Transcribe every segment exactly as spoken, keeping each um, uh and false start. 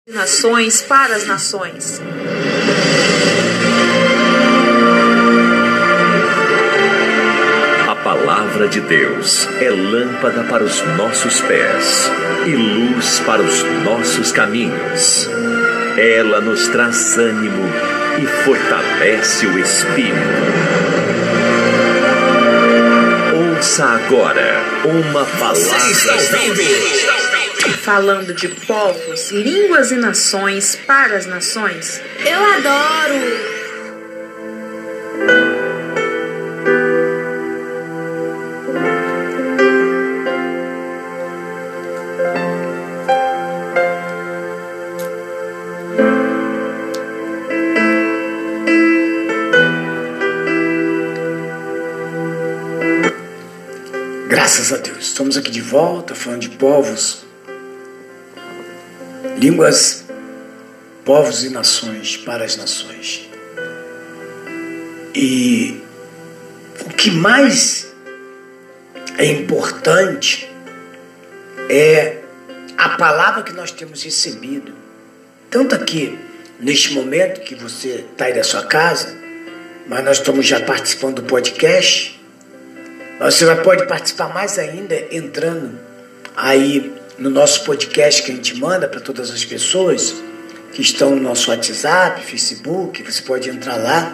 Nações para as nações. A palavra de Deus é lâmpada para os nossos pés e luz para os nossos caminhos. Ela nos traz ânimo e fortalece o espírito. Ouça agora uma palavra. Falando de povos, línguas e nações para as nações. Eu adoro! Graças a Deus, estamos aqui de volta falando de povos, línguas, povos e nações para as nações. E o que mais é importante é a palavra que nós temos recebido, tanto aqui neste momento que você está aí da sua casa, mas nós estamos já participando do podcast. Você vai pode participar mais ainda entrando aí no nosso podcast que a gente manda para todas as pessoas que estão no nosso WhatsApp, Facebook. Você pode entrar lá.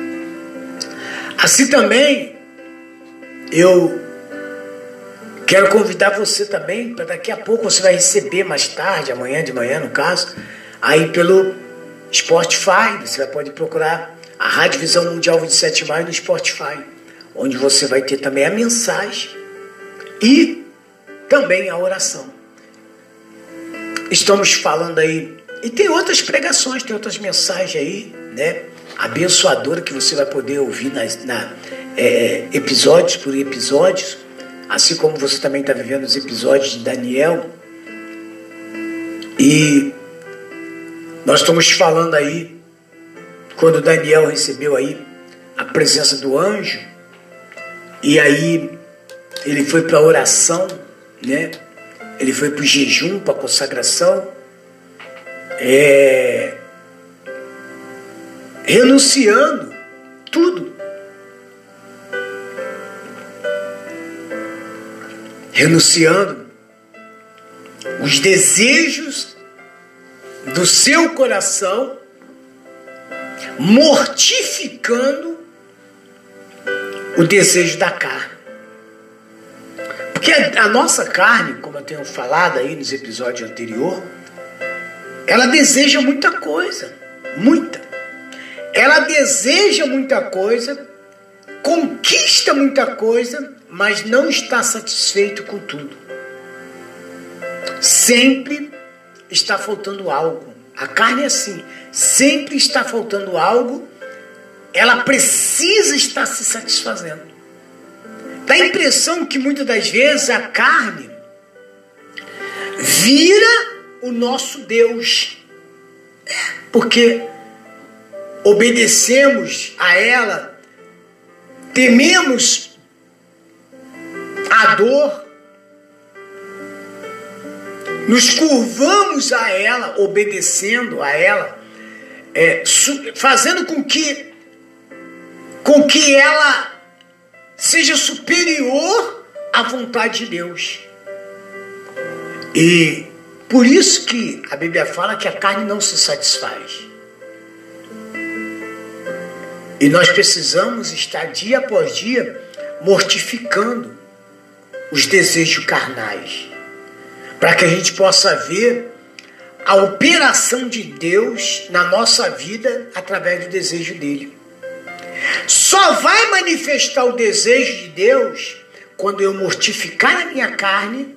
Assim também, eu quero convidar você também para daqui a pouco você vai receber mais tarde, amanhã de manhã no caso, aí pelo Spotify. Você vai pode procurar a Rádio Visão Mundial vinte e sete de maio no Spotify, onde você vai ter também a mensagem e também a oração. Estamos falando aí, e tem outras pregações, tem outras mensagens aí, né, abençoadora que você vai poder ouvir nas, na, é, episódios por episódios, assim como você também está vivendo os episódios de Daniel. E nós estamos falando aí, quando Daniel recebeu aí a presença do anjo, e aí ele foi para a oração, né? Ele foi para o jejum, para a consagração, é, renunciando tudo. Renunciando os desejos do seu coração, mortificando o desejo da carne. Porque a nossa carne, como eu tenho falado aí nos episódios anteriores, ela deseja muita coisa, muita. Ela deseja muita coisa, conquista muita coisa, mas não está satisfeito com tudo. Sempre está faltando algo. A carne é assim, sempre está faltando algo, ela precisa estar se satisfazendo. Dá a impressão que muitas das vezes a carne vira o nosso Deus, porque obedecemos a ela, tememos a dor, nos curvamos a ela, obedecendo a ela, é, fazendo com que, com que ela seja superior à vontade de Deus. E por isso que a Bíblia fala que a carne não se satisfaz. E nós precisamos estar dia após dia mortificando os desejos carnais, para que a gente possa ver a operação de Deus na nossa vida através do desejo dele. Só vai manifestar o desejo de Deus quando eu mortificar a minha carne,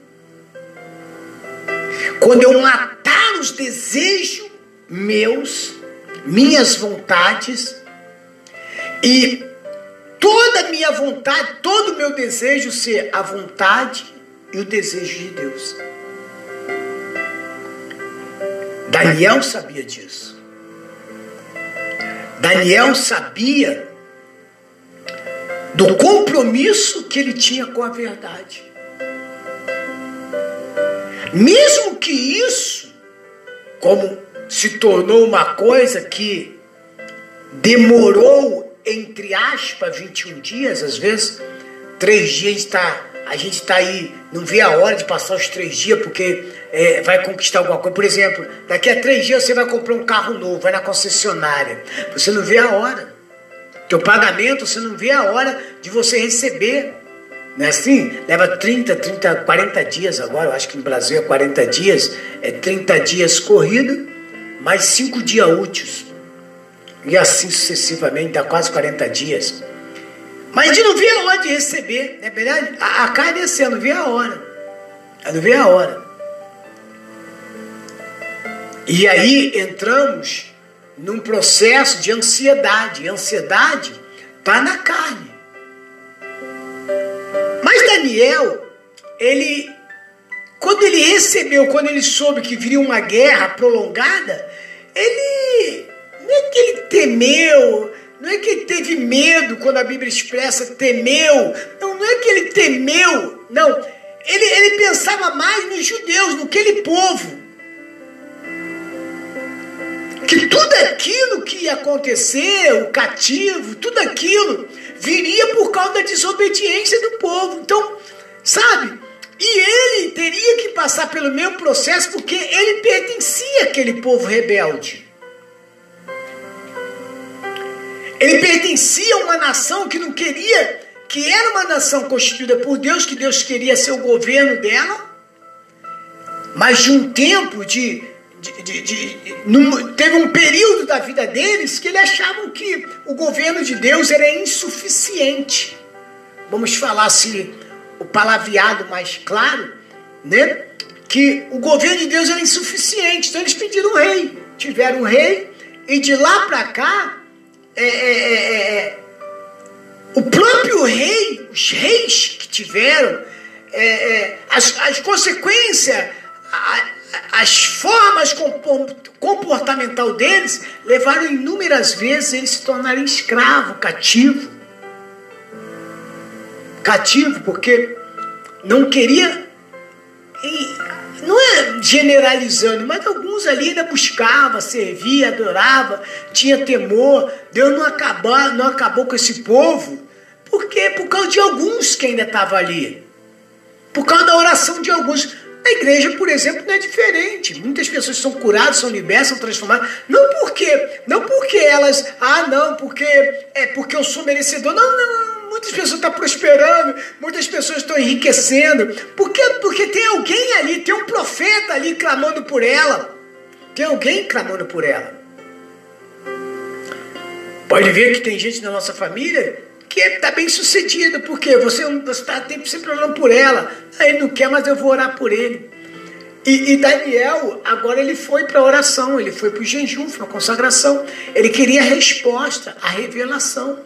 quando eu matar os desejos meus, minhas vontades, e toda a minha vontade, todo o meu desejo ser a vontade e o desejo de Deus. Daniel sabia disso. Daniel sabia do compromisso que ele tinha com a verdade. Mesmo que isso como se tornou uma coisa que demorou, entre aspas, vinte e um dias, às vezes, três dias tá, a gente está aí, não vê a hora de passar os três dias, porque é, vai conquistar alguma coisa. Por exemplo, daqui a três dias você vai comprar um carro novo, vai na concessionária, você não vê a hora. Teu pagamento, você não vê a hora de você receber. Não é assim? Leva trinta, trinta, quarenta dias agora, eu acho que no Brasil é quarenta dias, é trinta dias corrido, mais cinco dias úteis. E assim sucessivamente, dá quase quarenta dias. Mas a gente não vê a hora de receber, não é verdade? A, a carne é assim, eu não vê a hora. Eu não vê a hora. E aí entramos num processo de ansiedade. E a ansiedade está na carne. Mas Daniel, ele, quando ele recebeu, quando ele soube que viria uma guerra prolongada, ele, não é que ele temeu, não é que ele teve medo, quando a Bíblia expressa temeu, não, não é que ele temeu, não, ele, ele pensava mais nos judeus, no aquele povo, que tudo aquilo que ia acontecer, o cativo, tudo aquilo viria por causa da desobediência do povo. Então, sabe, e ele teria que passar pelo mesmo processo, porque ele pertencia àquele povo rebelde. Ele pertencia a uma nação que não queria, que era uma nação constituída por Deus, que Deus queria ser o governo dela, mas de um tempo de... De, de, de, num, teve um período da vida deles que eles achavam que o governo de Deus era insuficiente. Vamos falar assim, o palavreado mais claro, né? Que o governo de Deus era insuficiente. Então eles pediram um rei, tiveram um rei, e de lá para cá, é, é, é, o próprio rei, os reis que tiveram, é, é, as, as consequências, a, as formas comportamental deles levaram inúmeras vezes eles se tornarem escravo, cativo. Cativo, porque não queria, não é generalizando, mas alguns ali ainda buscava, servia, adorava, tinha temor. Deus não acabou, não acabou com esse povo, porque por causa de alguns que ainda estavam ali, por causa da oração de alguns. A igreja, por exemplo, não é diferente. Muitas pessoas são curadas, são libertas, são transformadas. Não porque, não porque elas, ah não, porque é porque eu sou merecedor. Não, não, muitas pessoas estão prosperando, muitas pessoas estão enriquecendo. Porque, porque tem alguém ali, tem um profeta ali clamando por ela. Tem alguém clamando por ela. Pode ver que tem gente na nossa família que está bem sucedido, porque você está sempre orando por ela, aí ele não quer, mas eu vou orar por ele. E, e Daniel, agora ele foi para a oração, ele foi para o jejum, foi para a consagração, ele queria a resposta, a revelação.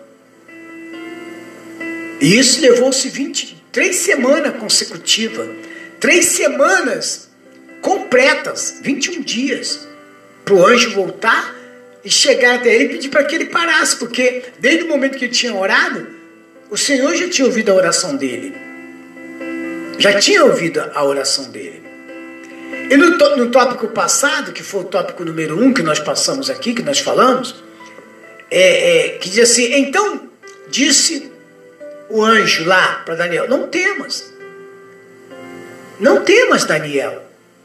E isso levou-se vinte, três semanas consecutivas, três semanas completas, vinte e um dias, para o anjo voltar e chegar até ele e pedir para que ele parasse, porque desde o momento que ele tinha orado, o Senhor já tinha ouvido a oração dele. Já tinha ouvido a oração dele. E no, no tópico passado, que foi o tópico número um que nós passamos aqui, que nós falamos, é, é, que diz assim, então disse o anjo lá para Daniel, não temas. Não temas, Daniel.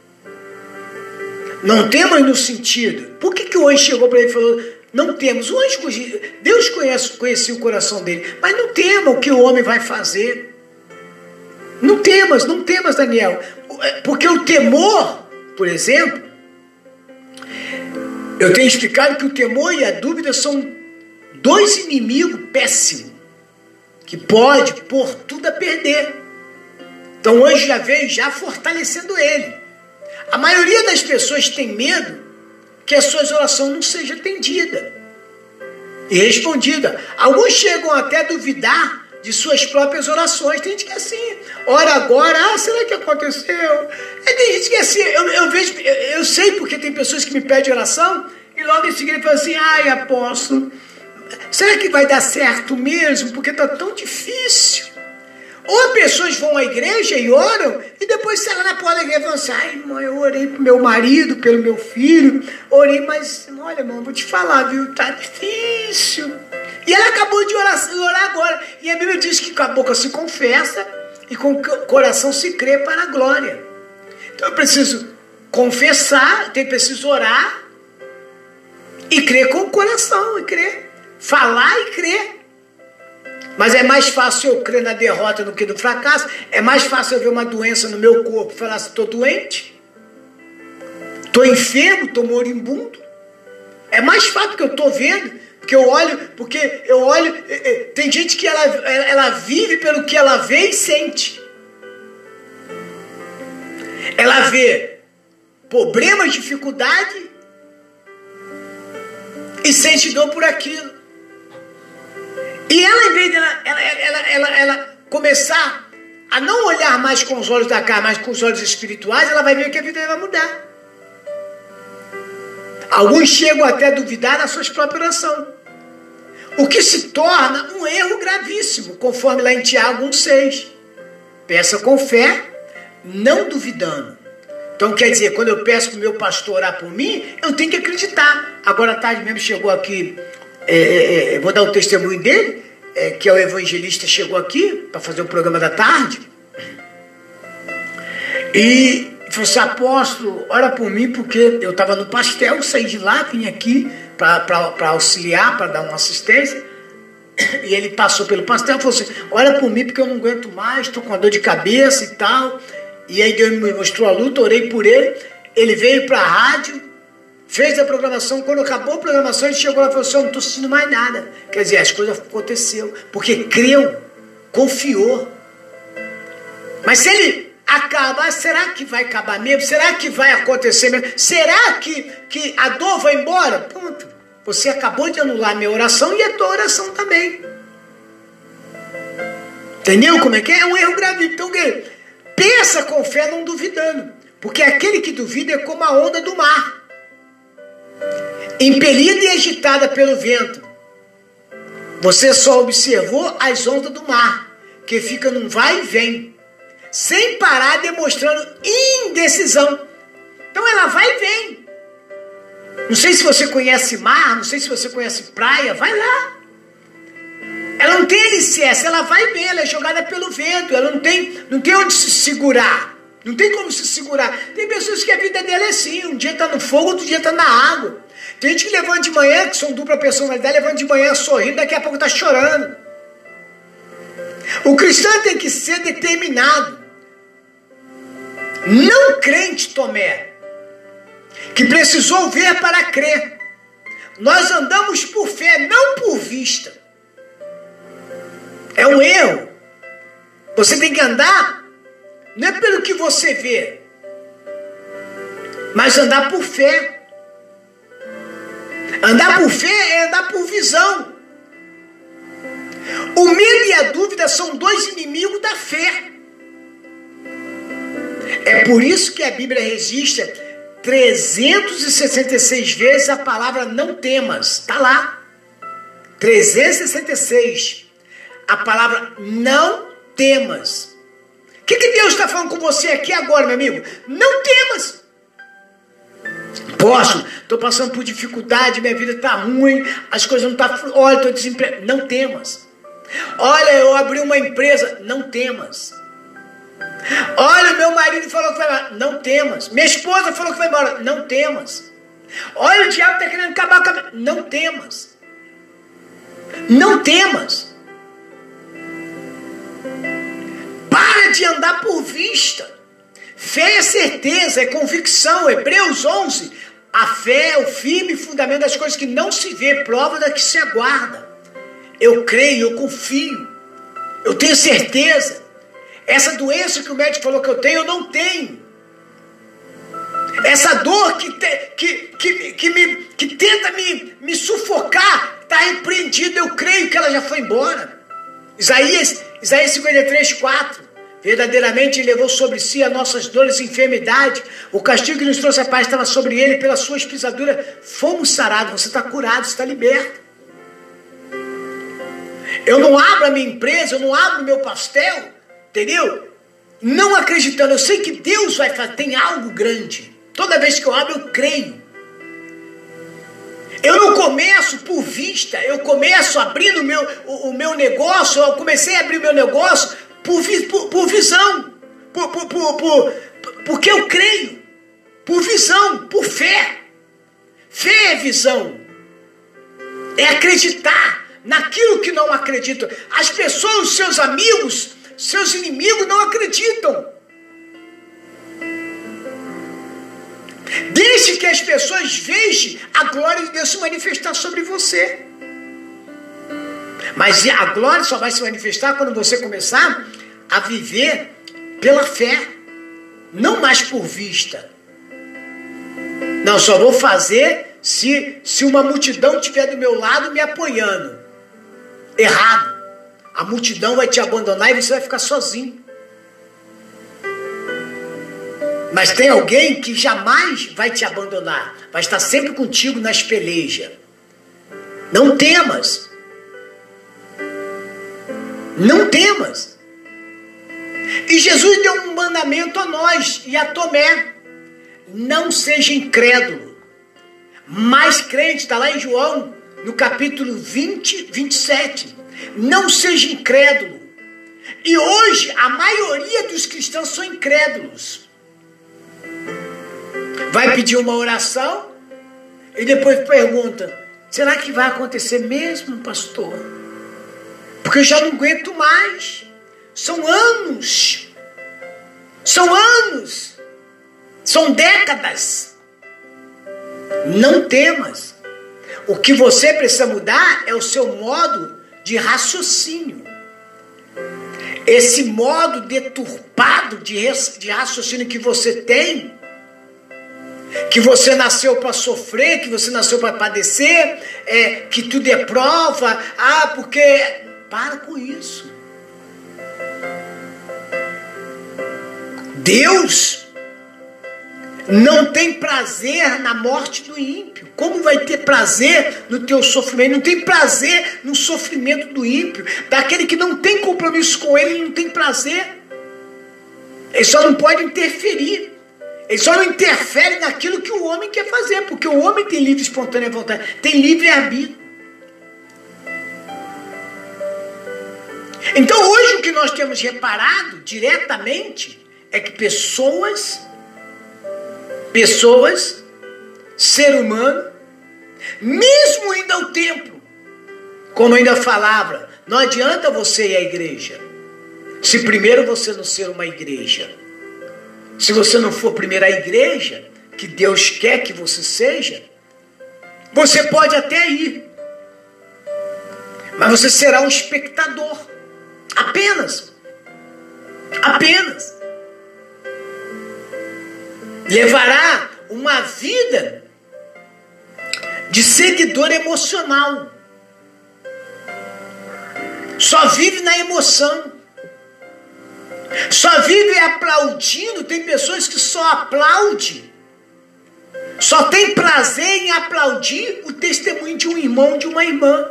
Não temas no sentido, por que, que o anjo chegou para ele e falou, não temos, o anjo, Deus conhece, conhecia o coração dele, mas não tema o que o homem vai fazer, não temas, não temas, Daniel, porque o temor, por exemplo, eu tenho explicado que o temor e a dúvida são dois inimigos péssimos, que pode pôr tudo a perder. Então o anjo já veio já fortalecendo ele. A maioria das pessoas tem medo que as suas orações não sejam atendidas e respondida. Alguns chegam até a duvidar de suas próprias orações. Tem gente que é assim, ora agora, ah, será que aconteceu? É, tem gente que é assim, eu, eu vejo, eu, eu sei porque tem pessoas que me pedem oração e logo em seguida falam assim, ai apóstolo, será que vai dar certo mesmo? Porque está tão difícil. Ou pessoas vão à igreja e oram, e depois sai lá na porta da igreja e falam assim, ai, irmão, eu orei pro meu marido, pelo meu filho, orei, mas, olha, irmão, vou te falar, viu, tá difícil. E ela acabou de orar, orar agora. E a Bíblia diz que com a boca se confessa e com o coração se crê para a glória. Então eu preciso confessar, eu preciso orar e crer com o coração, e crer. Falar e crer. Mas é mais fácil eu crer na derrota do que no fracasso. É mais fácil eu ver uma doença no meu corpo e falar assim, estou doente, estou enfermo, estou moribundo. É mais fácil porque eu estou vendo, porque eu olho, porque eu olho, tem gente que ela, ela vive pelo que ela vê e sente. Ela vê problemas, dificuldade e sente dor por aquilo. E ela, em vez de ela, ela, ela, ela, ela começar a não olhar mais com os olhos da carne, mas com os olhos espirituais, ela vai ver que a vida vai mudar. Alguns chegam até a duvidar das suas próprias orações. O que se torna um erro gravíssimo, conforme lá em Tiago um seis. Peça com fé, não duvidando. Então quer dizer, quando eu peço para o meu pastor orar por mim, eu tenho que acreditar. Agora à tarde mesmo chegou aqui, é, é, vou dar o testemunho dele, é, que é o evangelista, chegou aqui para fazer o programa da tarde. E falou assim, apóstolo, ora por mim, porque eu estava no pastel, saí de lá, vim aqui para auxiliar, para dar uma assistência. E ele passou pelo pastel e falou assim, ora por mim porque eu não aguento mais, estou com uma dor de cabeça e tal. E aí Deus me mostrou a luta, orei por ele. Ele veio para a rádio, fez a programação. Quando acabou a programação, ele chegou lá e falou assim, eu não estou sentindo mais nada. Quer dizer, as coisas aconteceram, porque creu, confiou. Mas se ele acabar, será que vai acabar mesmo? Será que vai acontecer mesmo? Será que, que a dor vai embora? Pronto, você acabou de anular a minha oração e a tua oração também. Entendeu como é que é? É um erro grave. Então, pensa com fé, não duvidando. Porque aquele que duvida é como a onda do mar, impelida e agitada pelo vento. Você só observou as ondas do mar, que fica num vai e vem, sem parar, demonstrando indecisão. Então ela vai e vem. Não sei se você conhece mar, não sei se você conhece praia, vai lá. Ela não tem alicerce, ela vai e vem, ela é jogada pelo vento, ela não tem, não tem onde se segurar, não tem como se segurar. Tem pessoas que a vida dela é assim, um dia está no fogo, outro dia está na água. Tem gente que levanta de manhã, que são dupla personalidade, levanta de manhã sorrindo, daqui a pouco está chorando. O cristão tem que ser determinado. Não crente Tomé, que precisou ver para crer. Nós andamos por fé, não por vista. É um erro. Você tem que andar, não é pelo que você vê, mas andar por fé. Andar por fé é andar por visão. O medo e a dúvida são dois inimigos da fé. É por isso que a Bíblia registra trezentas e sessenta e seis vezes a palavra não temas. Está lá. trezentas e sessenta e seis. A palavra não temas. O que, que Deus está falando com você aqui agora, meu amigo? Não temas. Posso, estou passando por dificuldade, minha vida está ruim, as coisas não estão... Tá, olha, estou desempregado. Não temas. Olha, eu abri uma empresa. Não temas. Olha, meu marido falou que vai embora. Não temas. Minha esposa falou que vai embora. Não temas. Olha, o diabo está querendo acabar com a... Não temas. Não temas. Para de andar por vista. Fé é certeza, é convicção. Hebreus onze. A fé é o firme fundamento das coisas que não se vê, prova da que se aguarda. Eu creio, eu confio. Eu tenho certeza. Essa doença que o médico falou que eu tenho, eu não tenho. Essa dor que, te, que, que, que, me, que tenta me, me sufocar, está repreendida, eu creio que ela já foi embora. Isaías, Isaías cinquenta e três, quatro. Verdadeiramente ele levou sobre si as nossas dores e enfermidade. O castigo que nos trouxe a paz estava sobre ele, pelas suas pisaduras fomos sarados. Você está curado, você está liberto. Eu não abro a minha empresa, eu não abro o meu pastel entendeu? Não acreditando. Eu sei que Deus vai fazer, tem algo grande. Toda vez que eu abro, eu creio. Eu não começo por vista, eu começo abrindo o meu, o, o meu negócio, eu comecei a abrir o meu negócio por, por, por visão, por, por, por, por, porque eu creio, por visão, por fé. Fé é visão, é acreditar naquilo que não acreditam. As pessoas, seus amigos, seus inimigos não acreditam. Deixe que as pessoas vejam a glória de Deus se manifestar sobre você. Mas a glória só vai se manifestar quando você começar a viver pela fé, não mais por vista. Não, só vou fazer se, se uma multidão estiver do meu lado me apoiando. Errado. A multidão vai te abandonar e você vai ficar sozinho. Mas tem alguém que jamais vai te abandonar. Vai estar sempre contigo nas pelejas. Não temas. Não temas. E Jesus deu um mandamento a nós e a Tomé. Não seja incrédulo, mas crente. Está lá em João, no capítulo vinte, vinte e sete. Não seja incrédulo. E hoje a maioria dos cristãos são incrédulos. Vai pedir uma oração e depois pergunta: será que vai acontecer mesmo, pastor? Porque eu já não aguento mais. São anos. São anos. São décadas. Não temas. O que você precisa mudar é o seu modo de raciocínio. Esse modo deturpado de raciocínio que você tem, que você nasceu para sofrer, que você nasceu para padecer, é, que tudo é prova, ah, porque... Para com isso. Deus não tem prazer na morte do ímpio. Como vai ter prazer no teu sofrimento? Não tem prazer no sofrimento do ímpio. Daquele que não tem compromisso com ele, ele não tem prazer. Ele só não pode interferir. Ele só não interfere naquilo que o homem quer fazer, porque o homem tem livre e espontânea vontade, tem livre arbítrio. Então hoje o que nós temos reparado diretamente é que pessoas, pessoas, ser humano, mesmo indo ao templo, como ainda falava, não adianta você ir à igreja, se primeiro você não ser uma igreja. Se você não for primeiro à igreja, que Deus quer que você seja, você pode até ir, mas você será um espectador. Apenas. Apenas. Levará uma vida de seguidor emocional. Só vive na emoção. Só vive aplaudindo. Tem pessoas que só aplaudem. Só tem prazer em aplaudir o testemunho de um irmão, de uma irmã.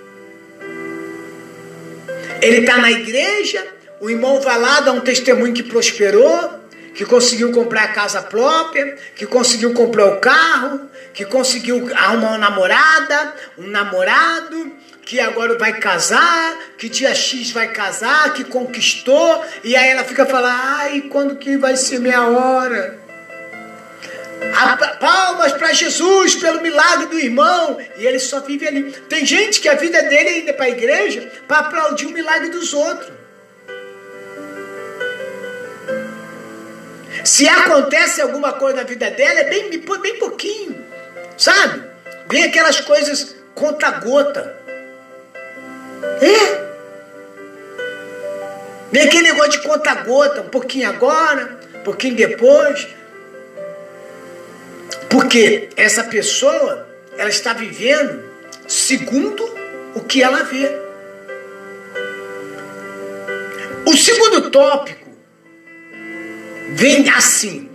Ele está na igreja, o irmão vai lá dar um testemunho que prosperou, que conseguiu comprar a casa própria, que conseguiu comprar o carro, que conseguiu arrumar uma namorada, um namorado, que agora vai casar, que dia X vai casar, que conquistou, e aí ela fica falando: ai, quando que vai ser minha hora? Palmas para Jesus pelo milagre do irmão. E ele só vive ali. Tem gente que a vida dele é ir para a igreja para aplaudir o milagre dos outros. Se acontece alguma coisa na vida dela, é bem, bem pouquinho, sabe? Vem aquelas coisas conta-gota. É. Vem aquele negócio de conta-gota, um pouquinho agora, um pouquinho depois. Porque essa pessoa, ela está vivendo segundo o que ela vê. O segundo tópico vem assim.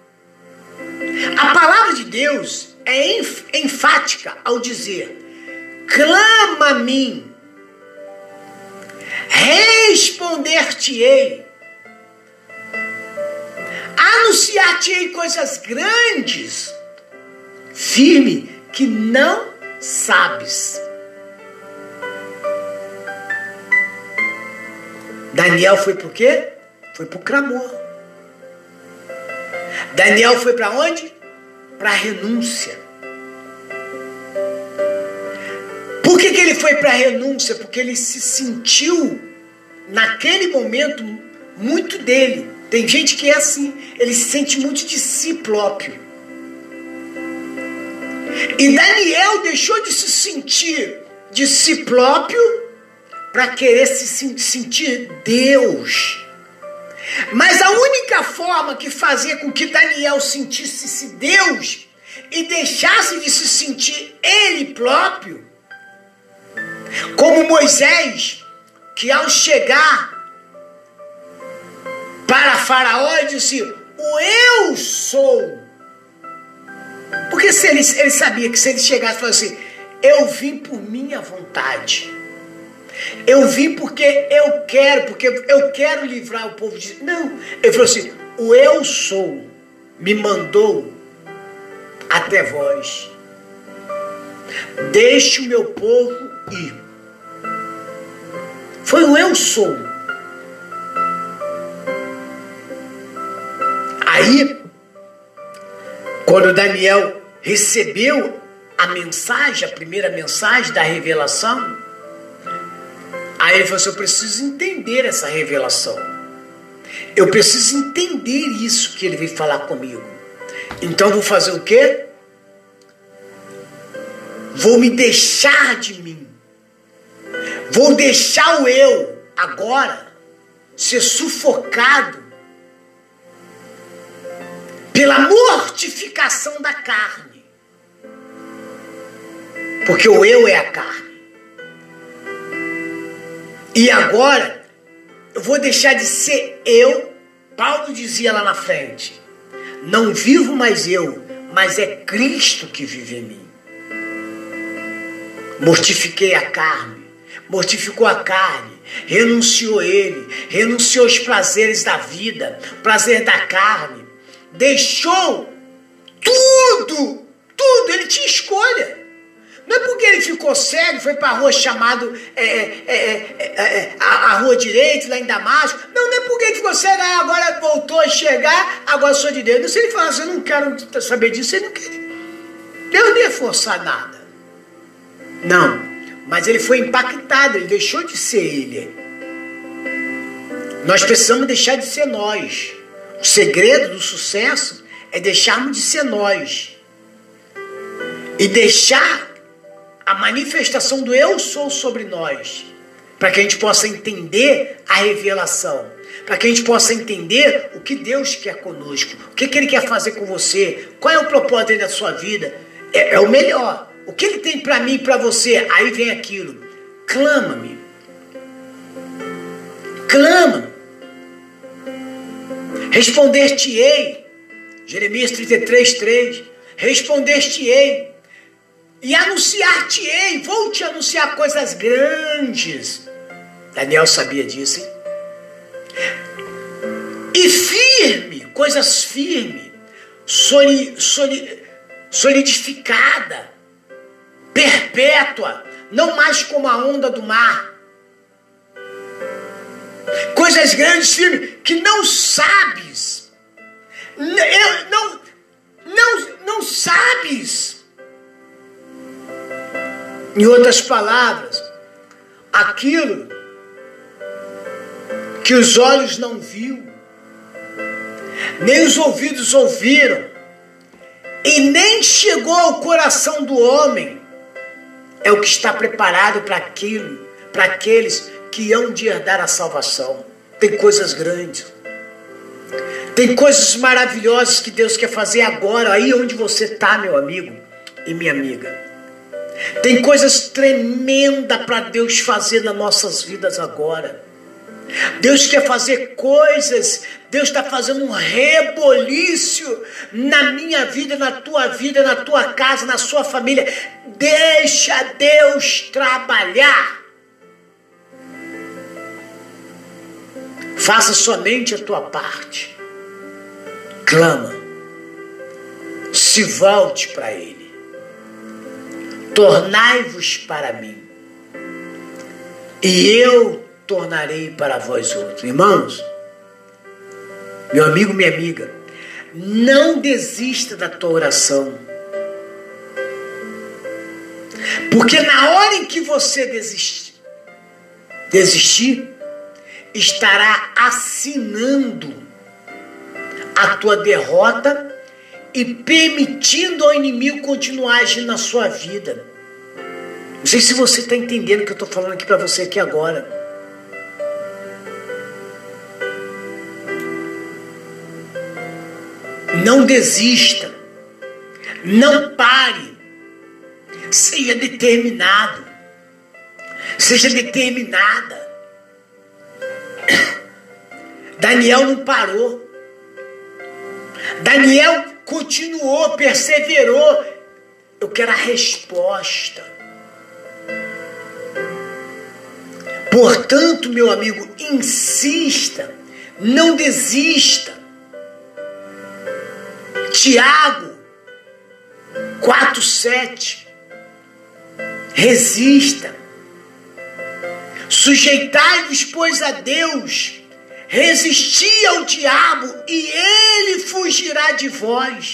A palavra de Deus é enfática ao dizer: clama a mim, responder-te-ei, Anunciar-te-ei coisas grandes, firme, que não sabes. Daniel foi por quê? Foi para o clamor. Daniel foi para onde? Para a renúncia. Por que, que ele foi para a renúncia? Porque ele se sentiu, naquele momento, muito dele. Tem gente que é assim, ele se sente muito de si próprio. E Daniel deixou de se sentir de si próprio para querer se sentir Deus. Mas a única forma que fazia com que Daniel sentisse-se Deus e deixasse de se sentir ele próprio, como Moisés, que ao chegar para Faraó disse, o eu sou. Porque se ele, ele sabia que se ele chegasse e falasse assim, eu vim por minha vontade, eu vim porque eu quero, porque eu quero livrar o povo de... Não, ele falou assim, o eu sou me mandou até vós. Deixe o meu povo ir. Foi o eu sou. Aí, quando Daniel recebeu a mensagem, a primeira mensagem da revelação, aí ele falou assim, eu preciso entender essa revelação. Eu preciso entender isso que ele veio falar comigo. Então vou fazer o quê? Vou me deixar de mim. Vou deixar o eu agora ser sufocado pela mortificação da carne. Porque o eu é a carne. E agora, eu vou deixar de ser eu. Paulo dizia lá na frente, não vivo mais eu, mas é Cristo que vive em mim. Mortifiquei a carne. Mortificou a carne, renunciou ele, renunciou aos prazeres da vida, prazer da carne, deixou tudo, tudo, ele tinha escolha. Não é porque ele ficou cego, foi para a rua chamado é, é, é, é, a, a rua direita, lá em Damasco. Não, não é porque ele ficou cego, ah, agora voltou a chegar, agora sou de Deus. Não, se ele falasse, eu não quero saber disso, ele não quer. Deus não ia forçar nada. Não. Mas ele foi impactado, ele deixou de ser ele. Nós precisamos deixar de ser nós. O segredo do sucesso é deixarmos de ser nós. E deixar a manifestação do eu sou sobre nós. Para que a gente possa entender a revelação. Para que a gente possa entender o que Deus quer conosco. O que, que Ele quer fazer com você. Qual é o propósito dele da sua vida. É, é o melhor. O que ele tem para mim e para você? Aí vem aquilo. Clama-me. Clama-me. Responder-te-ei. Jeremias trinta e três, três. Responder-te-ei. E anunciar-te-ei. Vou te anunciar coisas grandes. Daniel sabia disso, hein? E firme. Coisas firmes. Soli, soli, solidificada. Perpétua, não mais como a onda do mar. Coisas grandes, firmes, que não sabes. Eu, não, não, não sabes. Em outras palavras, aquilo que os olhos não viu, nem os ouvidos ouviram, e nem chegou ao coração do homem, é o que está preparado para aquilo, para aqueles que hão de herdar a salvação. Tem coisas grandes. Tem coisas maravilhosas que Deus quer fazer agora, aí onde você está, meu amigo e minha amiga. Tem coisas tremendas para Deus fazer nas nossas vidas agora. Deus quer fazer coisas, Deus está fazendo um reboliço na minha vida, na tua vida, na tua casa, na sua família. Deixa Deus trabalhar. Faça somente a tua parte. clama, se volte para Ele, tornai-vos para mim, e eu tornarei para vós outros. Irmãos, meu amigo, minha amiga, não desista da tua oração, porque na hora em que você desistir, desistir, estará assinando a tua derrota e permitindo ao inimigo continuar agindo na sua vida. Não sei se você está entendendo o que eu estou falando aqui para você aqui agora. Não desista, não pare, seja determinado, seja determinada. Daniel não parou, Daniel continuou, perseverou. Eu quero a resposta. Portanto, meu amigo, insista, não desista. Tiago quatro, sete. Resista. Sujeitai-vos, pois, a Deus. Resisti ao diabo e ele fugirá de vós.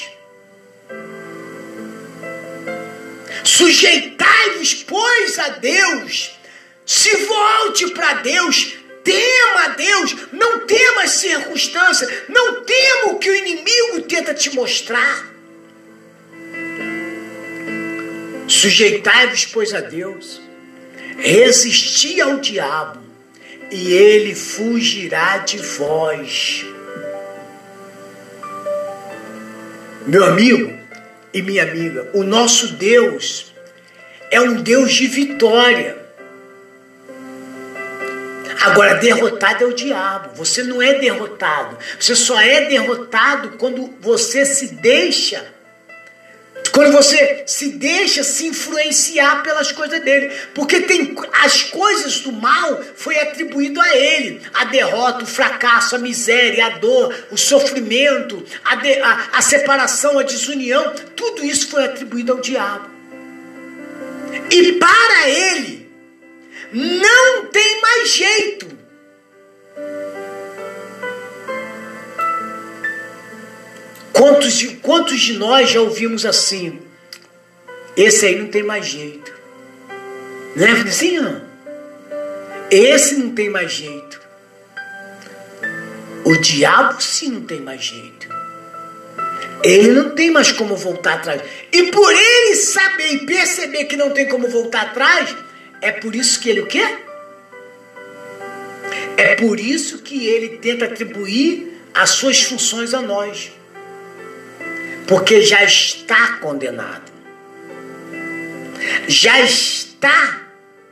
Sujeitai-vos, pois, a Deus. Se volte para Deus. Tema a Deus, não tema as circunstâncias, não tema o que o inimigo tenta te mostrar. Sujeitai-vos, pois, a Deus, resisti ao diabo, e ele fugirá de vós. Meu amigo e minha amiga, o nosso Deus é um Deus de vitória. Agora, derrotado é o diabo. Você não é derrotado. Você só é derrotado quando você se deixa, quando você se deixa se influenciar pelas coisas dele. Porque tem as coisas do mal foi atribuído a ele. A derrota, o fracasso, a miséria, a dor, o sofrimento, a, de, a, a separação, a desunião. Tudo isso foi atribuído ao diabo. E para ele não tem mais jeito. Quantos de, quantos de nós já ouvimos assim? Esse aí não tem mais jeito. Não é assim, não? Esse não tem mais jeito. O diabo sim não tem mais jeito. Ele não tem mais como voltar atrás. E por ele saber e perceber que não tem como voltar atrás, é por isso que ele o quê? É por isso que ele tenta atribuir as suas funções a nós. Porque já está condenado. Já está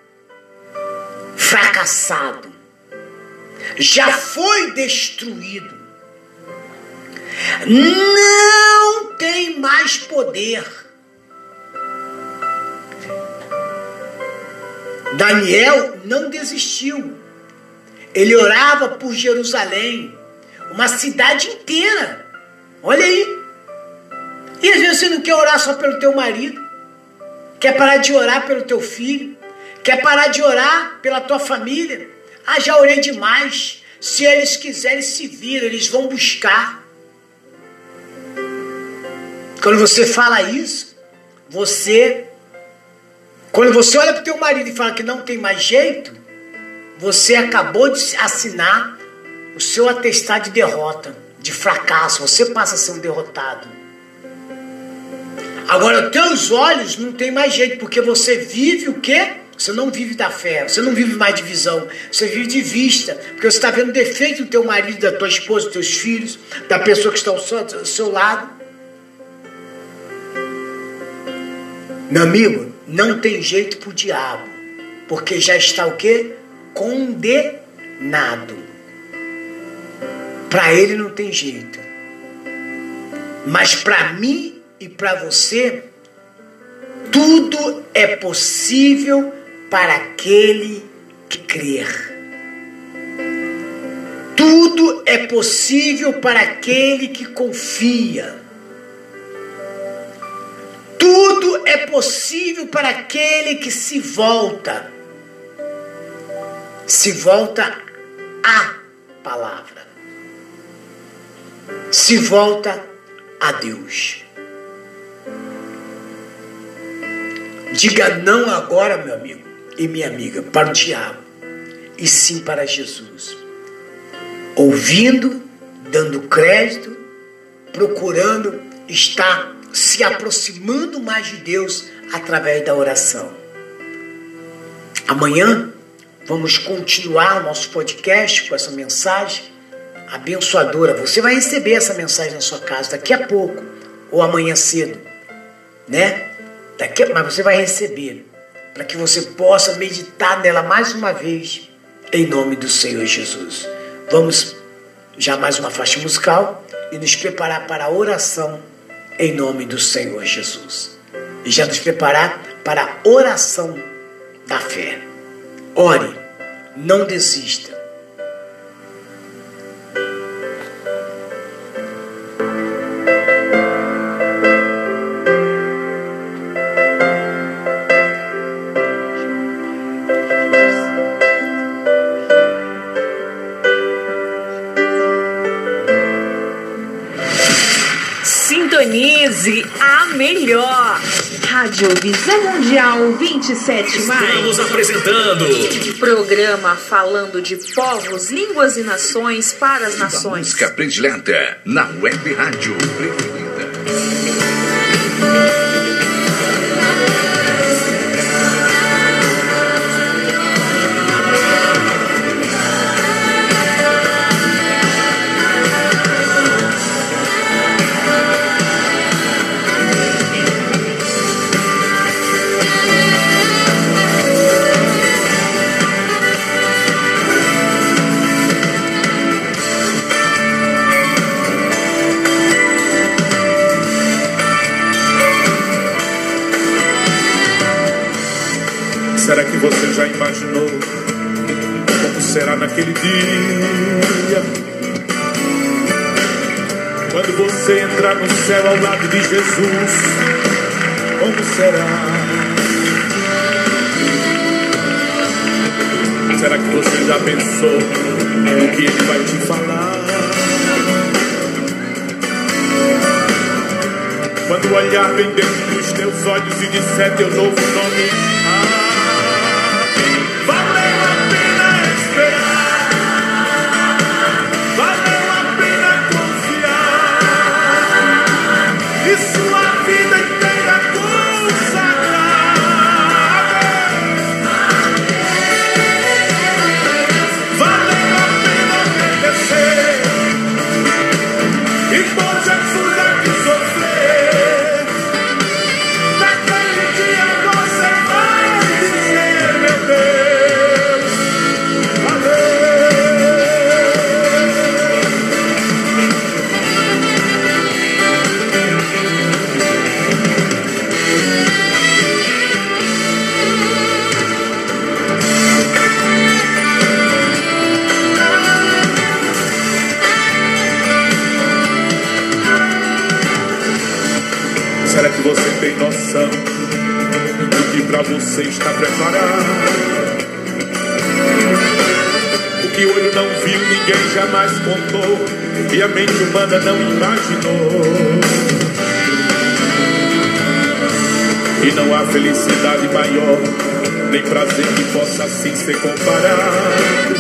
fracassado. Já foi destruído. Não tem mais poder. Daniel não desistiu. Ele orava por Jerusalém, uma cidade inteira. Olha aí. E às vezes você não quer orar só pelo teu marido, quer parar de orar pelo teu filho, quer parar de orar pela tua família. Ah, já orei demais. Se eles quiserem se vir, eles vão buscar. Quando você fala isso, você... Quando você olha para o teu marido e fala que não tem mais jeito, você acabou de assinar o seu atestado de derrota, de fracasso. Você passa a ser um derrotado. Agora, teus olhos não tem mais jeito, porque você vive o quê? Você não vive da fé, você não vive mais de visão, você vive de vista, porque você está vendo defeito do teu marido, da tua esposa, dos teus filhos, da pessoa que está ao seu, ao seu lado. Meu amigo, não tem jeito pro diabo, porque já está o quê? Condenado. Para ele não tem jeito. Mas para mim e para você, tudo é possível para aquele que crer. Tudo Tudo é possível para aquele que confia. Tudo é possível para aquele que se volta. Se volta à palavra. Se volta a Deus. Diga não agora, meu amigo e minha amiga, para o diabo, e sim para Jesus. Ouvindo, dando crédito, procurando estar se aproximando mais de Deus através da oração. Amanhã vamos continuar o nosso podcast com essa mensagem abençoadora. Você vai receber essa mensagem na sua casa daqui a pouco ou amanhã cedo, né? Daqui a... Mas você vai receber para que você possa meditar nela mais uma vez em nome do Senhor Jesus. Vamos já mais uma faixa musical e nos preparar para a oração em nome do Senhor Jesus. E já nos preparar para a oração da fé. Ore, não desista. Sintonize a melhor. Rádio Visão Mundial vinte e sete mais. Estamos apresentando programa falando de povos, línguas e nações para as nações. A música predileta na web rádio preferida. Será que você já imaginou como será naquele dia? Quando você entrar no céu ao lado de Jesus, como será? Será que você já pensou no que Ele vai te falar? Quando olhar bem dentro dos teus olhos e disser teu novo nome, sua vida inteira consagrada, valeu a pena obedecer, e por Jesus é que sofrer. Naquele dia você vai dizer, meu Deus, valeu. Será que você tem noção do que pra você está preparado? O que o olho não viu, ninguém jamais contou, e a mente humana não imaginou. E não há felicidade maior, nem prazer que possa assim ser comparado,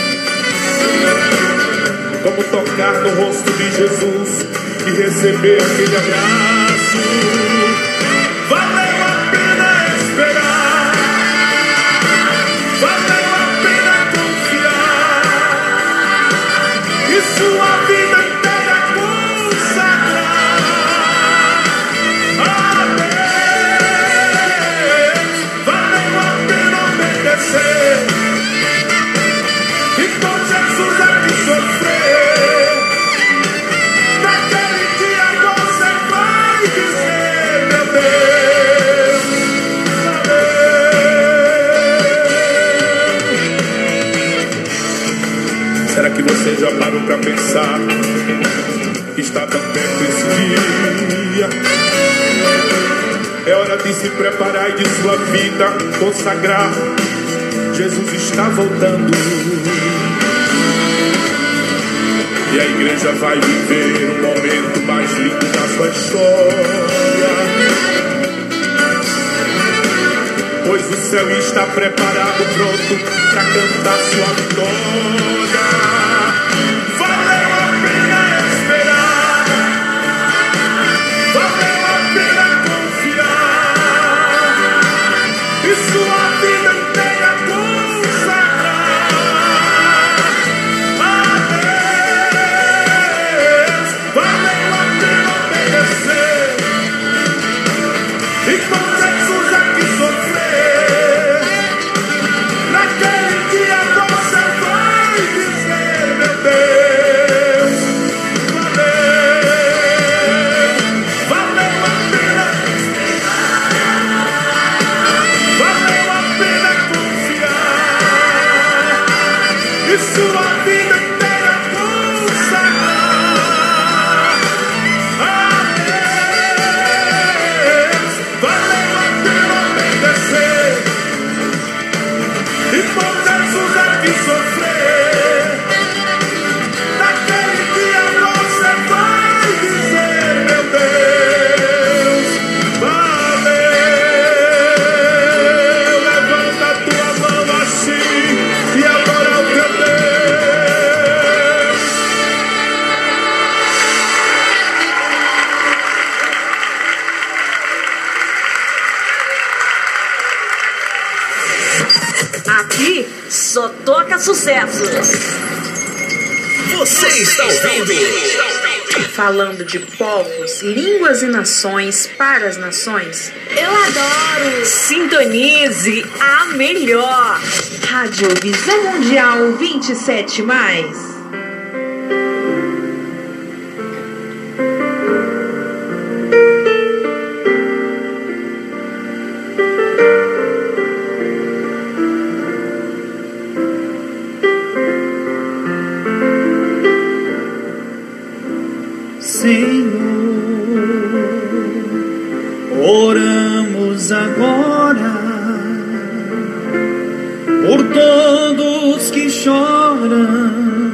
como tocar no rosto de Jesus e receber aquele abraço. Valeu a pena esperar, valeu a pena confiar, e sua vida inteira consagrar a Deus. Valeu a pena obedecer, e com Jesus é que sofrer. Naquele dia você vai você já parou pra pensar que está tão perto esse dia? É hora de se preparar e de sua vida consagrar. Jesus está voltando e a igreja vai viver um momento mais lindo da sua história, pois o céu está preparado, pronto para cantar sua vitória. Valeu a pena esperar, valeu a pena confiar e sua vida inteira consagrar a Deus. Valeu a pena obedecer e com Jesus aqui sofrer. Naquele dia você vai dizer, meu Deus, valeu, valeu a pena, valeu a pena confiar e sua vida inteira consagrar a Deus. Valeu a pena obedecer e com Jesus aqui sofrer. Naquele dia você vai dizer, meu Deus, valeu. Levanta a tua mão assim e adora o teu Deus. Aqui só toca sucesso. Você está ouvindo? Falando de povos, línguas e nações para as nações. Eu adoro! Sintonize a melhor. Rádio Visão Mundial vinte e sete mais. Senhor, oramos agora por todos que choram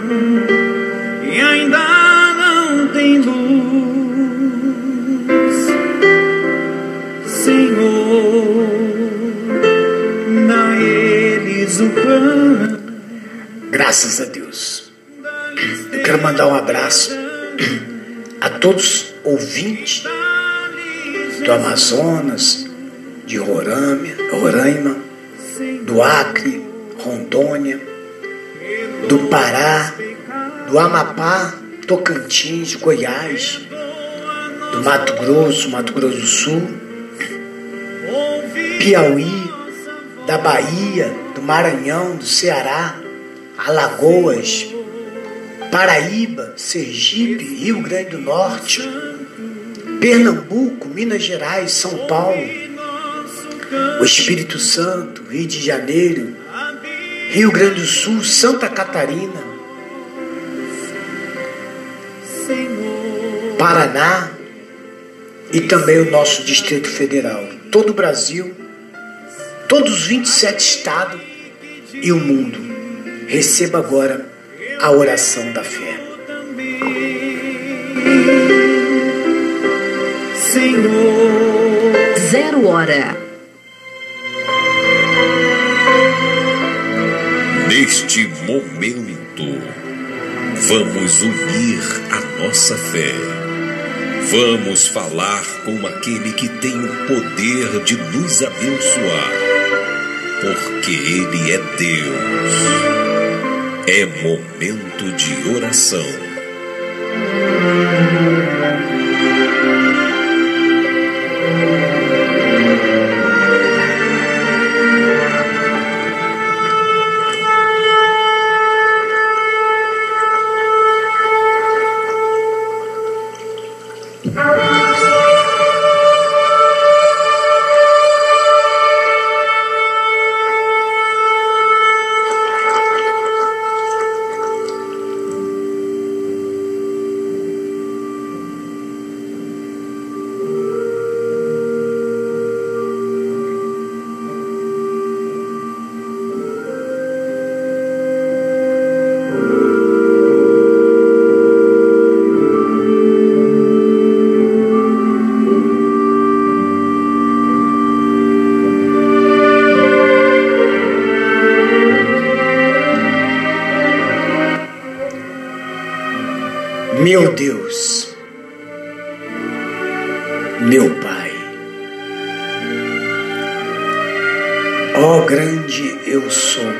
e ainda não têm luz. Senhor, dá a eles o pão. Graças a Deus. Eu quero mandar um abraço a todos ouvintes do Amazonas, de Roraima, Roraima, do Acre, Rondônia, do Pará, do Amapá, Tocantins, Goiás, do Mato Grosso, Mato Grosso do Sul, Piauí, da Bahia, do Maranhão, do Ceará, Alagoas, Paraíba, Sergipe, Rio Grande do Norte, Pernambuco, Minas Gerais, São Paulo, o Espírito Santo, Rio de Janeiro, Rio Grande do Sul, Santa Catarina, Paraná e também o nosso Distrito Federal, todo o Brasil, todos os vinte e sete estados e o mundo. Receba agora a oração da fé. Senhor, Zero hora. Neste momento, vamos unir a nossa fé. Vamos falar com aquele que tem o poder de nos abençoar, porque Ele é Deus. É momento de oração. Meu Deus, meu Pai, ó grande eu sou,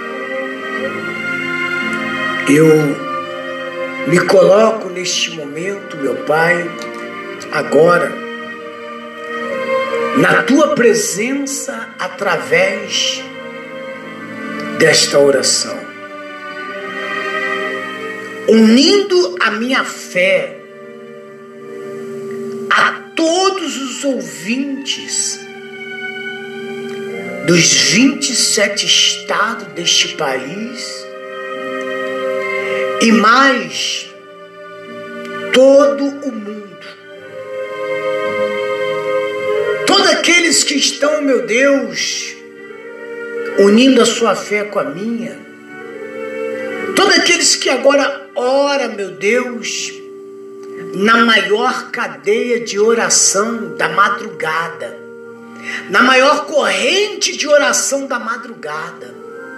eu me coloco neste momento, meu Pai, agora, na Tua presença através desta oração, unindo a minha fé a todos os ouvintes dos vinte e sete estados deste país e mais todo o mundo. Todos aqueles que estão, meu Deus, unindo a sua fé com a minha, todos aqueles que agora oram, meu Deus, na maior cadeia de oração da madrugada, na maior corrente de oração da madrugada,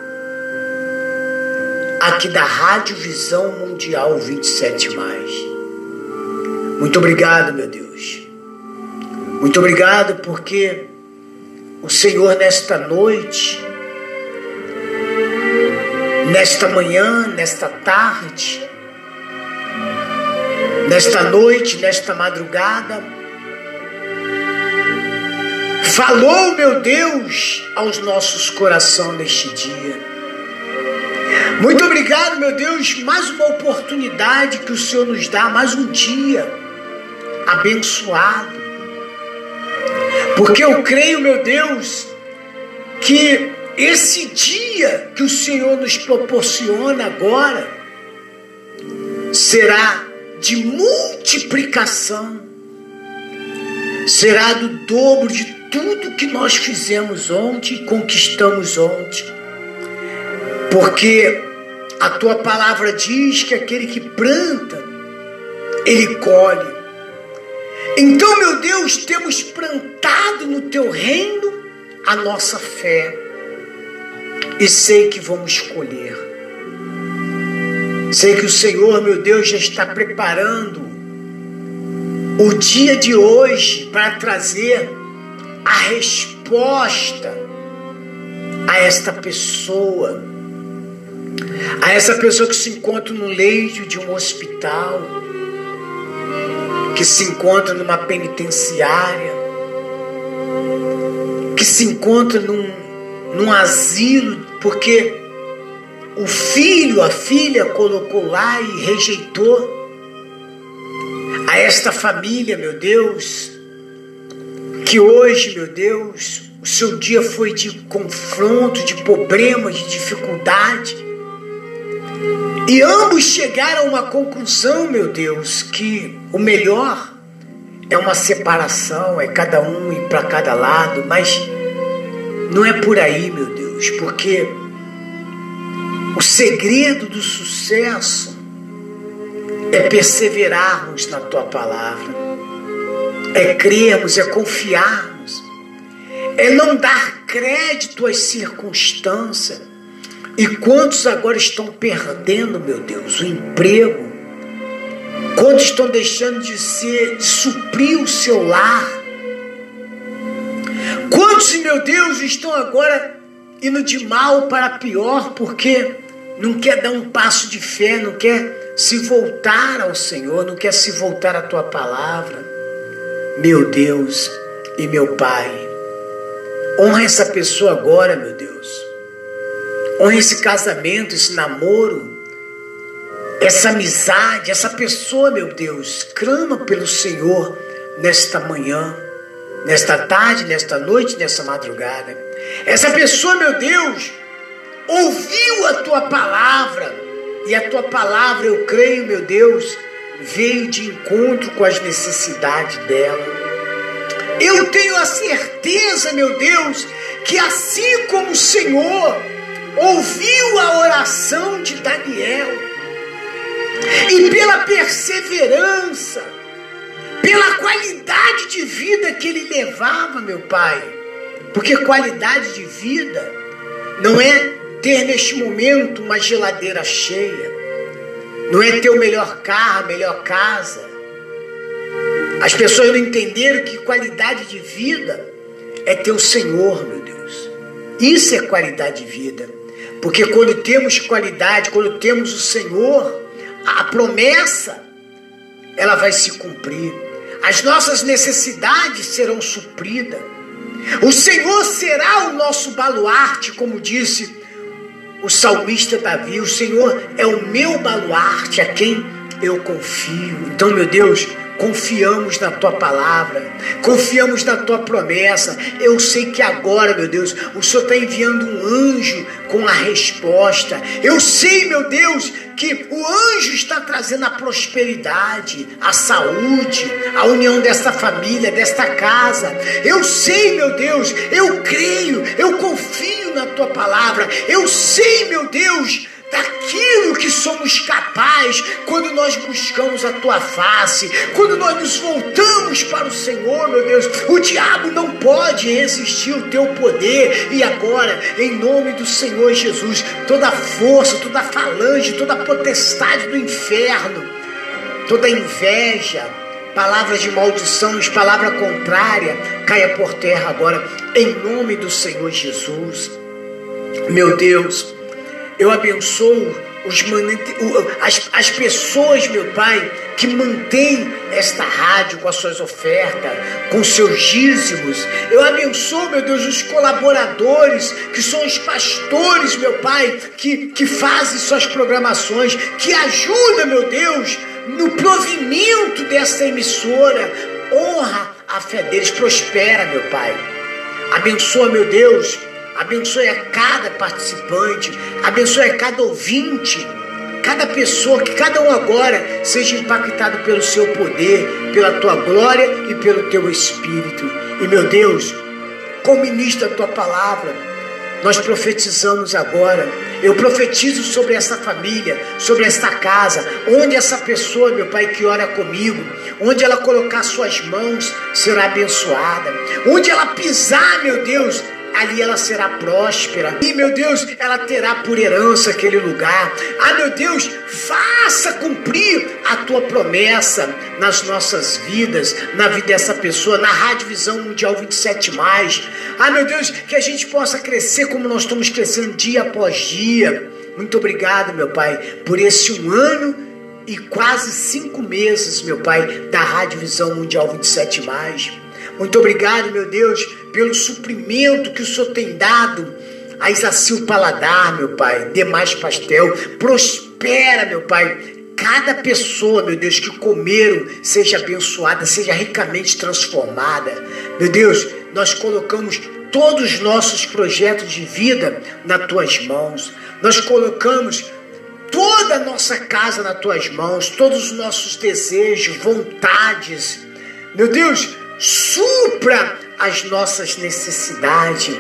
aqui da Rádio Visão Mundial vinte e sete mais. Muito obrigado, meu Deus. Muito obrigado porque o Senhor nesta noite, nesta manhã, nesta tarde, nesta noite, nesta madrugada, falou, meu Deus, aos nossos corações neste dia. Muito obrigado, meu Deus, mais uma oportunidade que o Senhor nos dá, mais um dia abençoado. Porque eu creio, meu Deus, que esse dia que o Senhor nos proporciona agora será de multiplicação, será do dobro de tudo que nós fizemos ontem e conquistamos ontem. Porque a Tua palavra diz que aquele que planta, ele colhe. Então, meu Deus, temos plantado no Teu reino a nossa fé e sei que vamos colher. Sei que o Senhor, meu Deus, já está preparando o dia de hoje para trazer a resposta a esta pessoa, a essa pessoa que se encontra no leito de um hospital, que se encontra numa penitenciária, que se encontra num, num asilo, porque o filho, a filha colocou lá e rejeitou. A esta família, meu Deus, que hoje, meu Deus, o seu dia foi de confronto, de problemas, de dificuldade. E ambos chegaram a uma conclusão, meu Deus, que o melhor é uma separação, é cada um ir para cada lado, mas não é por aí, meu Deus, porque o segredo do sucesso é perseverarmos na Tua palavra, é crermos, é confiarmos, é não dar crédito às circunstâncias. E quantos agora estão perdendo, meu Deus, o emprego? Quantos estão deixando de ser, de suprir o seu lar? Quantos, meu Deus, estão agora indo de mal para pior porque não quer dar um passo de fé, não quer se voltar ao Senhor, não quer se voltar à Tua palavra? Meu Deus e meu Pai, honra essa pessoa agora, meu Deus. Honra esse casamento, esse namoro, essa amizade, essa pessoa, meu Deus. Clama pelo Senhor nesta manhã, nesta tarde, nesta noite, nesta madrugada. Essa pessoa, meu Deus, ouviu a Tua palavra, e a Tua palavra, eu creio, meu Deus, veio de encontro com as necessidades dela. Eu tenho a certeza, meu Deus, que assim como o Senhor ouviu a oração de Daniel, e pela perseverança, pela qualidade de vida que ele levava, meu Pai, porque qualidade de vida não é ter neste momento uma geladeira cheia, não é ter o melhor carro, a melhor casa. As pessoas não entenderam que qualidade de vida é ter o Senhor, meu Deus. Isso é qualidade de vida. Porque quando temos qualidade, quando temos o Senhor, a promessa, ela vai se cumprir. As nossas necessidades serão supridas. O Senhor será o nosso baluarte, como disse o salmista Davi. O Senhor é o meu baluarte, a quem eu confio. Então, meu Deus, confiamos na Tua palavra, confiamos na Tua promessa. Eu sei que agora, meu Deus, o Senhor está enviando um anjo com a resposta. Eu sei, meu Deus, que o anjo está trazendo a prosperidade, a saúde, a união desta família, desta casa. Eu sei, meu Deus, eu creio, eu confio na Tua palavra. Eu sei, meu Deus, daquilo que somos capazes quando nós buscamos a Tua face, quando nós nos voltamos para o Senhor, meu Deus. O diabo não pode resistir ao Teu poder. E agora, em nome do Senhor Jesus, toda força, toda falange, toda potestade do inferno, toda inveja, palavras de maldição, palavra contrária, caia por terra agora, em nome do Senhor Jesus. Meu Deus, eu abençoo os as, as pessoas, meu Pai, que mantêm esta rádio com as suas ofertas, com seus dízimos. Eu abençoo, meu Deus, os colaboradores, que são os pastores, meu Pai, que, que fazem suas programações, que ajudam, meu Deus, no provimento dessa emissora. Honra a fé deles, prospera, meu Pai. Abençoa, meu Deus, abençoe a cada participante, abençoe a cada ouvinte, cada pessoa, que cada um agora seja impactado pelo Seu poder, pela Tua glória e pelo Teu Espírito. E, meu Deus, como ministra a Tua palavra, nós profetizamos agora. Eu profetizo sobre essa família, sobre esta casa, onde essa pessoa, meu Pai, que ora comigo, onde ela colocar suas mãos, será abençoada. Onde ela pisar, meu Deus, ali ela será próspera. E, meu Deus, ela terá por herança aquele lugar. Ah, meu Deus, faça cumprir a Tua promessa nas nossas vidas, na vida dessa pessoa, na Rádio Visão Mundial vinte e sete mais. Ah, meu Deus, que a gente possa crescer como nós estamos crescendo dia após dia. Muito obrigado, meu Pai, por esse um ano e quase cinco meses, meu Pai, da Rádio Visão Mundial vinte e sete mais. Muito obrigado, meu Deus, pelo suprimento que o Senhor tem dado a Isacil Paladar, meu Pai. Dê mais pastel, prospera, meu Pai. Cada pessoa, meu Deus, que comeram seja abençoada, seja ricamente transformada. Meu Deus, nós colocamos todos os nossos projetos de vida nas Tuas mãos. Nós colocamos toda a nossa casa nas Tuas mãos, todos os nossos desejos, vontades. Meu Deus, supra as nossas necessidades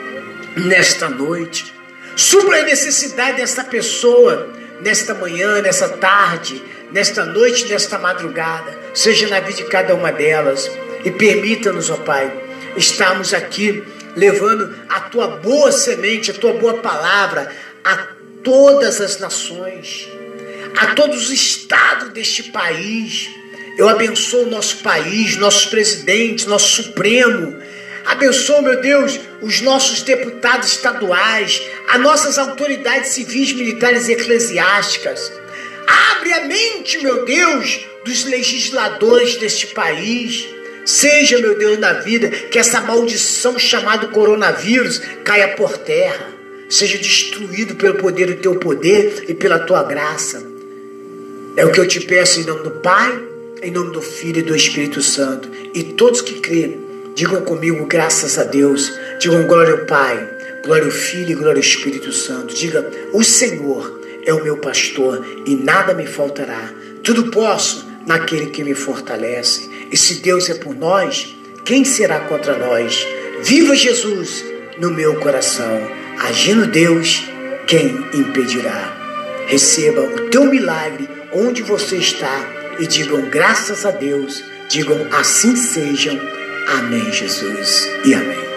nesta noite. Supra a necessidade dessa pessoa nesta manhã, nessa tarde, nesta noite, nesta madrugada. Seja na vida de cada uma delas. E permita-nos, ó Pai, estarmos aqui levando a Tua boa semente, a Tua boa palavra a todas as nações, a todos os estados deste país. Eu abençoo o nosso país, nossos presidentes, nosso Supremo. Abençoo, meu Deus, os nossos deputados estaduais, as nossas autoridades civis, militares e eclesiásticas. Abre a mente, meu Deus, dos legisladores deste país. Seja, meu Deus, na vida, que essa maldição chamada coronavírus caia por terra. Seja destruído pelo poder do Teu poder e pela Tua graça. É o que eu te peço em nome do Pai, em nome do Filho e do Espírito Santo. E todos que creem, digam comigo, graças a Deus. Digam glória ao Pai, glória ao Filho e glória ao Espírito Santo. Diga, o Senhor é o meu pastor e nada me faltará. Tudo posso naquele que me fortalece. E se Deus é por nós, quem será contra nós? Viva Jesus no meu coração. Agindo Deus, quem impedirá? Receba o teu milagre onde você está e digam graças a Deus. Digam assim sejam. Amém, Jesus, e amém.